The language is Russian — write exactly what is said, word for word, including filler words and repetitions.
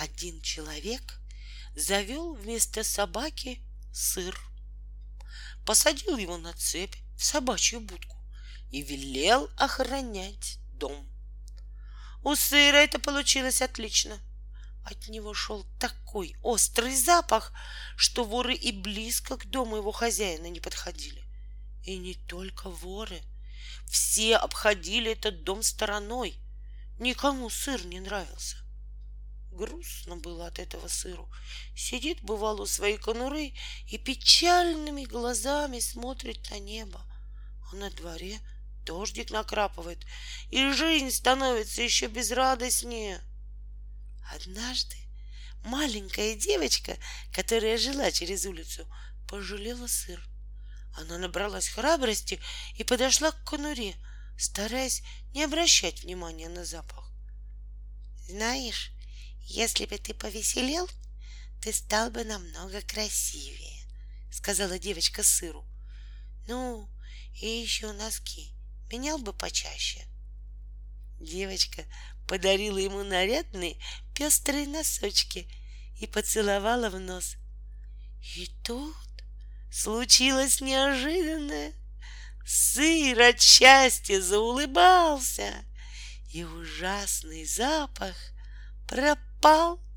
один человек завел вместо собаки сыр, посадил его на цепь в собачью будку и велел охранять дом. У сыра это получилось отлично. От него шел такой острый запах, что воры и близко к дому его хозяина не подходили. И не только воры. Все обходили этот дом стороной. Никому сыр не нравился. Грустно было от этого сыру. Сидит, бывало, у своей конуры и печальными глазами смотрит на небо. А на дворе дождик накрапывает, и жизнь становится еще безрадостнее. Однажды маленькая девочка, которая жила через улицу, пожалела сыр. Она набралась храбрости и подошла к конуре, стараясь не обращать внимания на запах. «Знаешь, если бы ты повеселел, ты стал бы намного красивее», — сказала девочка сыру. «Ну, и еще носки менял бы почаще». Девочка подарила ему нарядные пестрые носочки и поцеловала в нос. И тут случилось неожиданное. Сыр от счастья заулыбался, и ужасный запах пропал.